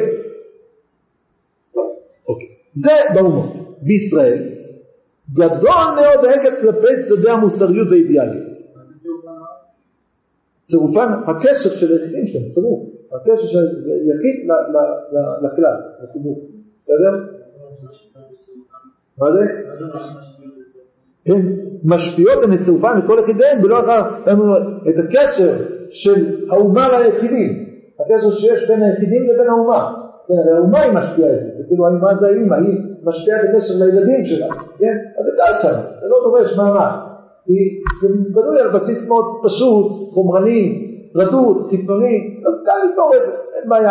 Speaker 2: אוקיי. זה באומות. בישראל, גדול מאוד ההגה כלפי צדדי המוסריות והאידיאליות. צירופן, הקשר של היחידים שלהם, צירוף, הקשר של יחיד לכלל, לציבור, בסדר? מה זה? הן משפיעות הן לצירופן לכל יחידיהם, ולא אחר, את הקשר של האומה ליחידים, הקשר שיש בין היחידים לבין האומה, כן, הרי האומה היא משפיעה את זה, זה כאילו האמא זה האמא, היא משפיעה בקשר לילדים שלה, כן? אז זה קל שם, זה לא דורש מאמץ. זה בנוי על בסיס מאוד פשוט, חומרני, רדות, קיצוני, אז קל ליצור את זה, אין בעיה.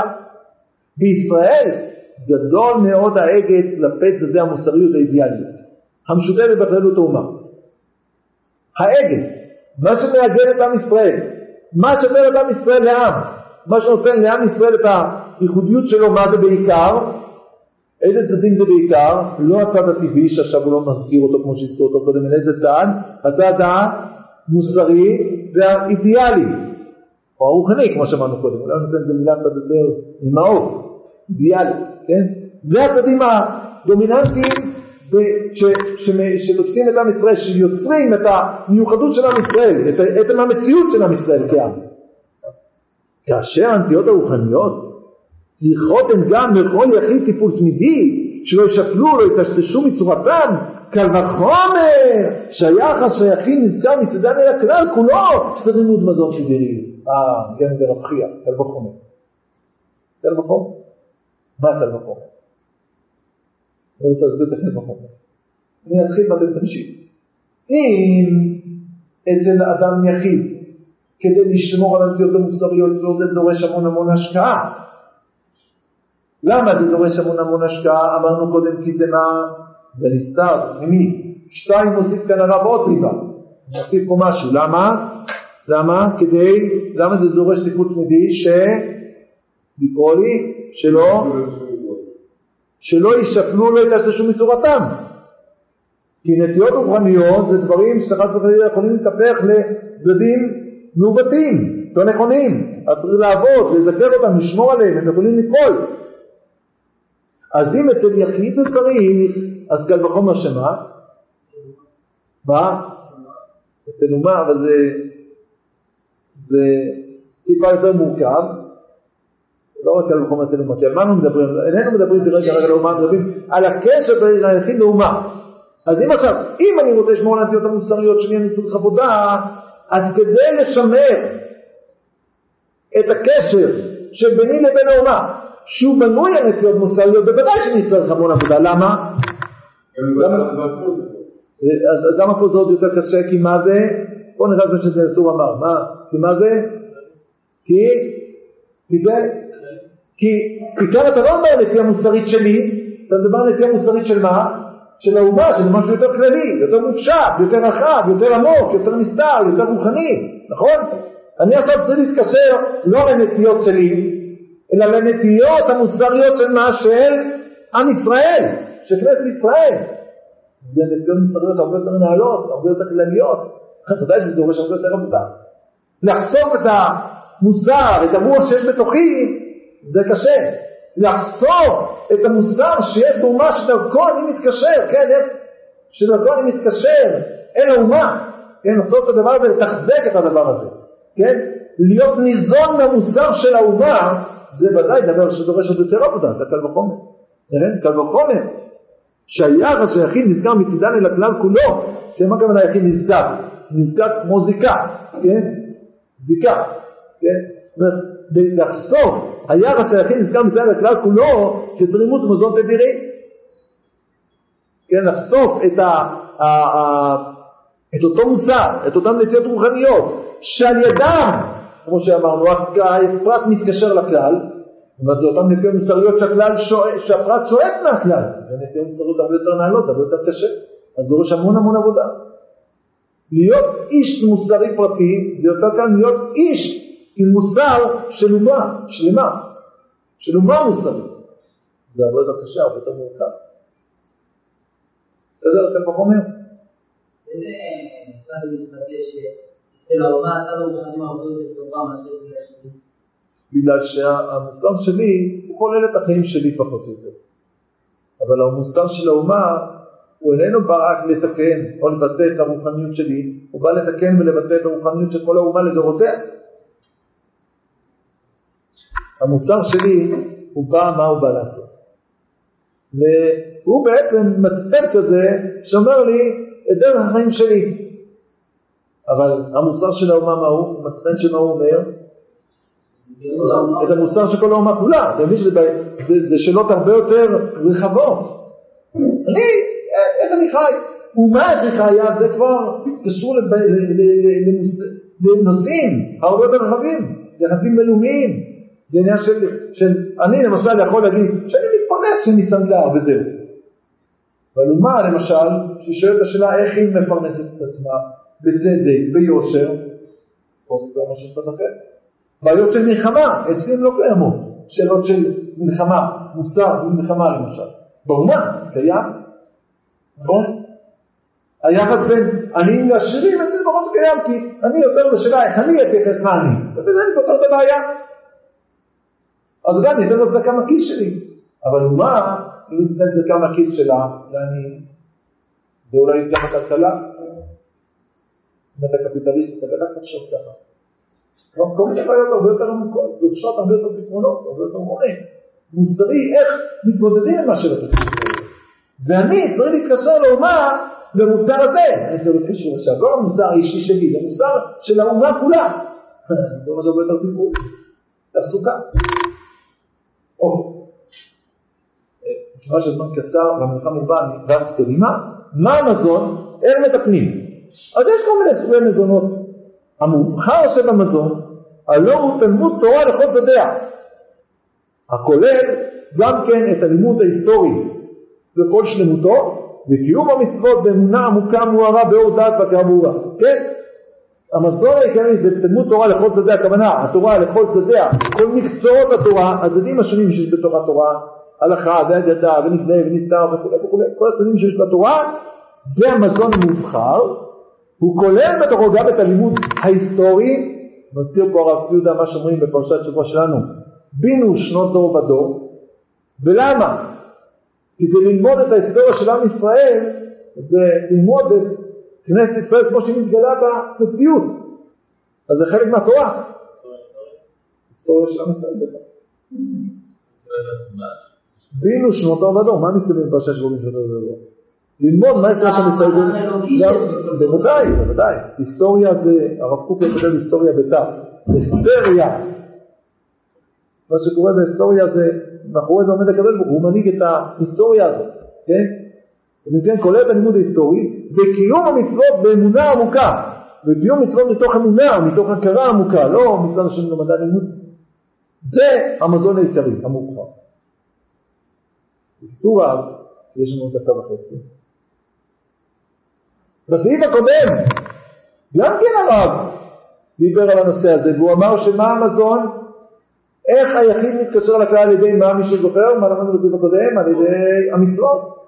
Speaker 2: בישראל גדול מאוד ההגה כלפי צדדי המוסריות האידיאליות, המשותפת בכללות האומה. ההגה, מה שמאגד את עם ישראל, מה שומר את עם ישראל לעם, מה שנותן לעם ישראל את הייחודיות שלו, מה זה בעיקר? איזה צדים זה בעיקר? לא הצד הטבעי שעכשיו הוא לא מזכיר אותו כמו שהזכיר אותו קודם, אלא איזה צד? הצד המוסרי והאידיאלי, או הרוחני כמו שאמרנו קודם, אולי נותן איזה מילה צד יותר ממאור, אידיאלי, כן? זה הצדים הדומיננטיים שלופסים את עם ישראל, שיוצרים את המיוחדות של עם ישראל, את, את המציאות של עם ישראל כעם. כאשר הנטיות הרוחניות צריכות הן גם לכל יחיד טיפול תמידי, שלא ישפלו, לא יטשטשו מצורתם, קל וחומר, שהיחס שהיחיד נזכר מצדן אל הכלל כולו, שזה לימוד מזון תדירי. אה, ניגן ברבחיה, קל וחומר. קל וחומר? מה קל וחומר? אני רוצה להסביר את הקל וחומר. אני אתחיל ואתם תמשיך. אם אצל אדם יחיד, כדי לשמור על הנטיות המוסריות, זה דורש המון המון השקעה. למה זה דורש המון המון השקעה? אמרנו קודם כי זה מה? זה נסתר, ממי? שתיים מוסיף כאן הרב עוד סיבה. מוסיף פה משהו. למה? למה? כדי, למה זה דורש טיפול תמידי? ש... לקרוא לי, שלא, שלא ישפלו, לא יטשטשו מצורתם. כי נטיות רוחניות זה דברים שחס וחלילה יכולים להתהפך לצדדים מעוותים, לא נכונים. אז צריך לעבוד, לזכר אותם, לשמור עליהם, הם יכולים ליפול. אז אם אצל יחיד זה צריך, אז קל וחומר שמה? מה? אצל אומה, אבל זה, זה טיפה יותר מורכב. לא רק קל וחומר אצל אומה, שעל מה אנחנו מדברים? איננו מדברים ברגע רגע לאומה, מדברים על הקשר בין היחיד לאומה. אז אם עכשיו, אם אני רוצה לשמור על הנטיות המוסריות שלי, אני צריך עבודה, אז כדי לשמר את הקשר שביני לבין האומה, שהוא בנוי על נטיות מוסריות, בוודאי שאני צריך המון עבודה. למה? אז למה פה זה עוד יותר קשה? כי מה זה? בוא נראה מה שדלתור אמר. מה? כי מה זה? כי? כי זה? כי כאן אתה לא אומר הנטייה המוסרית שלי, אתה מדבר על הנטייה המוסרית של מה? של האומה, של משהו יותר כללי, יותר מופשט, יותר רחב, יותר עמוק, יותר נסתר, יותר רוחני, נכון? אני עכשיו צריך להתקשר לא לנטיות שלי, אלא לנטיות המוסריות של מה? של עם ישראל, של כנסת ישראל. זה נטיות מוסריות הרבה יותר נעלות, הרבה יותר כלליות. אתה יודע שזה דורש הרבה יותר עבודה. לחשוף את המוסר, את הרוח שיש בתוכי, זה קשה. לחשוף את המוסר שיש באומה שדרכו אני מתקשר, כן, שדרכו אני מתקשר אל האומה, כן, לחשוף את הדבר הזה, לתחזק את הדבר הזה, כן, להיות ניזון מהמוסר של האומה, זה ודאי דבר שדורש עוד יותר עבודה, זה קל וחומר, כן, קל וחומר, שהיחס שהיחיד נזכר מצידן אל הכלל כולו, שמה כמובן היחיד נזכר, נזכר כמו זיקה, כן, זיקה, כן, לחשוף היחס היחיד נזכר מצד הכלל כולו שצריך לימוד מזון תדירי, כן, לחשוף את, ה, ה, ה, את אותו מוסר, את אותם נטיות רוחניות שעל ידם, כמו שאמרנו, הפרט מתקשר לכלל, זה אותם נטיות מוסריות שהכלל שואף, שהפרט שואף מהכלל, זה נטיות מוסריות הרבה יותר נעלות, זה הרבה יותר קשה, אז דורש המון המון עבודה. להיות איש מוסרי פרטי זה יותר כאן להיות איש עם מוסר של אומה, שלמה, של אומה מוסרית. זה הרבה יותר קשה, הרבה יותר מורכב. בסדר, אתם בחומר?
Speaker 3: איזה צד מתבטא שאצל האומה, הצד הרוחני הרבה יותר טובה מאשר אצל היחידים?
Speaker 2: בגלל שהמוסר שלי, הוא כולל את החיים שלי פחות או יותר. אבל המוסר של האומה, הוא איננו בא רק לתקן או לבטא את הרוחניות שלי, הוא בא לתקן ולבטא את הרוחניות של כל האומה לדורותיה. המוסר שלי הוא בא, מה הוא בא לעשות? והוא בעצם מצפן כזה שאומר לי את דרך החיים שלי. אבל המוסר של האומה מה הוא? מצפן שמה הוא אומר? את המוסר של כל האומה כולה. זה, זה, זה שאלות הרבה יותר רחבות. אני, איך אני חי? ומה איך אני חיה? זה כבר קשור לנושאים הרבה יותר רחבים. זה יחסים בינלאומיים. זה עניין של, של, אני למשל יכול להגיד שאני מתפרנס שאני סנדלר וזהו. אבל מה למשל, שהיא שואלת את השאלה איך היא מפרנסת את עצמה, בצדק, ביושר, פה זה כבר משהו קצת אחר. בעיות של מלחמה, אצלם לא קיימות, שאלות של מלחמה, מוסר ומלחמה למשל. באומה זה קיים, נכון? היחס בין עניים לעשירים אצלם פחות קיים, כי אני יותר לשאלה איך אני אתייחס לעני, ובזה אני פותר את הבעיה. אז גם ניתן לו צדקה מהכיס שלי. אבל מה, אם ניתן צדקה מהכיס שלה, לעני, זה אולי גם הכלכלה. אם אתה קפיטליסט, אתה בטח תחשוב ככה. כל מיני בעיות הרבה יותר עמוקות, דורשות הרבה יותר פתרונות, הרבה יותר מורים. מוסרי, איך מתמודדים עם מה שלא תחשוב. ואני צריך להתקשר לאומה במוסר הזה. אני צריך להתקשר עכשיו, כל המוסר האישי שלי, זה מוסר של האומה כולה. זה כבר משהו הרבה יותר טיפול. תחסוקה. אוקיי. כיוון שהזמן קצר והמלחמה הבאה אני רץ קדימה. מה המזון? איך מתקנים? אז יש כל מיני סוגי מזונות. המובחר שבמזון, הלא הוא תלמוד תורה לכל צדדיה. הכולל גם כן את הלימוד ההיסטורי לכל שלמותו, וקיום המצוות באמונה עמוקה מוארה באור דעת והכרה ברורה. כן? המזון העיקרי זה תלמוד תורה לכל צדדיה, הכוונה, התורה לכל צדדיה, כל מקצועות התורה, הצדדים השונים שיש בתוך התורה, הלכה והגדה ונקנה ונסתר וכו' וכו', כל הצדדים שיש בתורה, זה המזון המובחר, הוא כולל בתוכו גם את הלימוד ההיסטורי, מזכיר פה הרב ציודה מה שאומרים בפרשת שבוע שלנו, בינו שנות דור ודור, ולמה? כי זה ללמוד את ההיסטוריה של עם ישראל, זה ללמוד את כנסת ישראל כמו שהיא מתגלה במציאות. אז זה חלק מהתורה. היסטוריה של עם ישראל בטח. בינו שנות דור ודור, מה מצווים בפרשת שבוע שנות דור ודור? ללמוד מה היסטוריה של עם ישראל. בוודאי, בוודאי. היסטוריה זה, הרב קוק כותב היסטוריה בתף. היסטוריה. מה שקורה בהיסטוריה זה, מאחורי זה עומד הקדוש ברוך הוא, הוא מנהיג את ההיסטוריה הזאת, כן? ומכן כולל את הלימוד ההיסטורי, וקיום המצוות באמונה עמוקה, וקיום מצוות מתוך אמונה, מתוך הכרה עמוקה, לא מצווה של למדע לימוד. זה המזון העיקרי, המובחר. בקיצור רב, יש לנו דקה וחצי. בסעיף הקודם, גם כן הרב דיבר על הנושא הזה, והוא אמר שמה המזון, איך היחיד מתקשר לכלל על ידי מה מישהו זוכר, מה למדנו בסעיף הקודם, על ידי המצוות.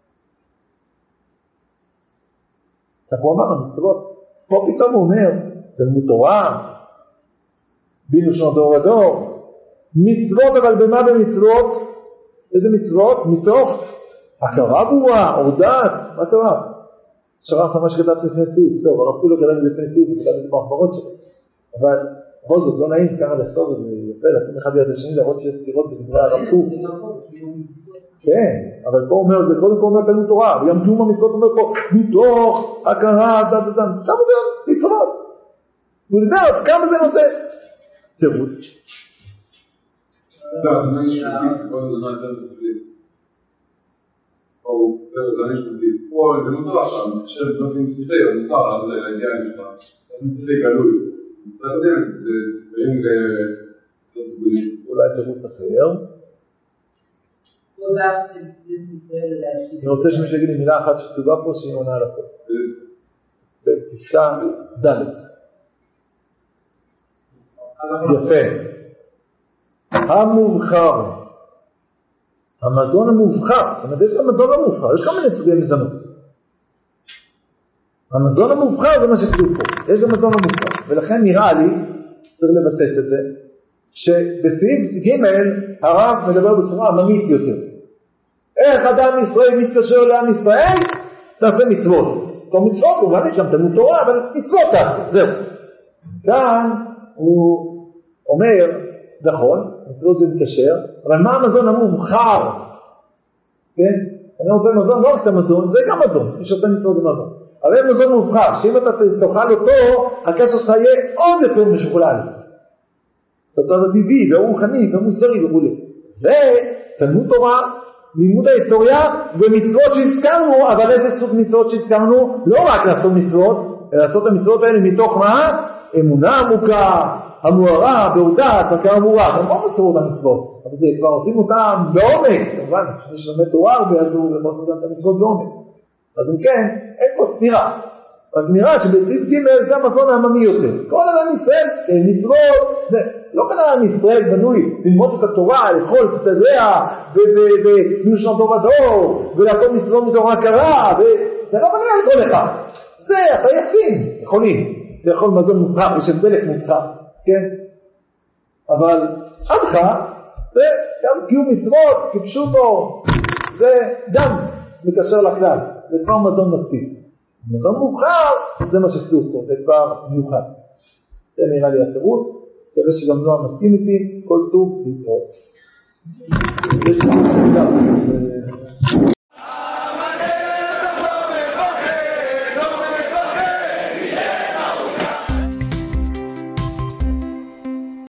Speaker 2: כך הוא אמר, המצוות. פה פתאום הוא אומר, תלמוד תורה, בינו שנות דור ודור, מצוות, אבל במה במצוות? איזה מצוות? מתוך הכרה ברורה, או דעת, מה קרה? שרחת מה שכתבת לפני סעיף, טוב, הרב כולו כתב לפני סעיף, וכתב את המחברות שלו, אבל בכל זאת לא נעים ככה לכתוב, וזה יפה, לשים אחד ליד השני, להראות שיש סתירות בדברי הרב קוק. כן, אבל פה אומר, זה קודם כל אומר תלמוד תורה, וגם קיום המצוות אומר פה, מתוך הכרה, דת דת דת, שם אומר, מצוות. הוא דיבר, כמה זה נותן? תירוץ.
Speaker 4: זה הזמן שפטית, פה זה זמן יותר ספלית. או, זה זמן שפטית. פה, תלמוד תורה שם, עכשיו נותנים ספלי, או נסער, אז להגיע למשפט. נותנים ספלי גלוי. זה יודעים, זה דברים לא סגולים.
Speaker 2: אולי תירוץ אחר. אני רוצה שמישהו יגיד לי מילה אחת שכתובה פה שהיא עונה על הכל. בפסקה ד'. יפה. המובחר. המזון המובחר. זאת אומרת, יש גם המזון המובחר. יש כל מיני סוגי מזונות. המזון המובחר זה מה שכתוב פה. יש גם מזון המובחר. ולכן נראה לי, צריך לבסס את זה, שבסעיף ג' הרב מדבר בצורה עממית יותר. איך אדם ישראל מתקשר לעם ישראל? תעשה מצוות. לא מצוות, כמובן יש גם תלמוד תורה, אבל מצוות תעשה, זהו. כאן הוא אומר, נכון, מצוות זה מתקשר, אבל מה המזון המובחר? כן? אני רוצה מזון, לא רק את המזון, זה גם מזון. מי שעושה מצוות זה מזון. אבל מזון מובחר, שאם אתה תאכל אותו, הקשר שלך יהיה עוד יותר משוכלל. בצד הטבעי, והרוחני, והמוסרי וכו'. זה תלמוד תורה, לימוד ההיסטוריה ומצוות שהזכרנו, אבל איזה סוג מצוות שהזכרנו? לא רק לעשות מצוות, אלא לעשות את המצוות האלה מתוך מה? אמונה עמוקה, המוארה, בהודעת, הכרה ברורה. גם לא מזכרו את המצוות, אבל זה כבר עושים אותם בעומק. כמובן, כשמי שלומד תורה הרבה, אז הוא לא עושה אותם את המצוות בעומק. אז אם כן, אין פה סתירה. רק נראה שבסעיף ג' זה המזון העממי יותר. כל אדם ישראל, מצוות, זה לא כאן עם ישראל בנוי ללמוד את התורה, לאכול צדדיה, ובשנות דור ודור, ולעשות מצוות מתוך הכרה, זה לא בנוי על כל אחד. זה הטייסים יכולים לאכול מזון מובחר, יש דלק מובחר, כן? אבל עמך, זה גם קיום מצוות, כפשוטו, זה גם מקשר לכלל, זה כבר מזון מספיק. מזון מובחר, זה מה שכתוב פה, זה כבר מיוחד. זה נראה לי התירוץ, כדי שגם נועה מסכים איתי, כל טוב להתראות. יש לי גם,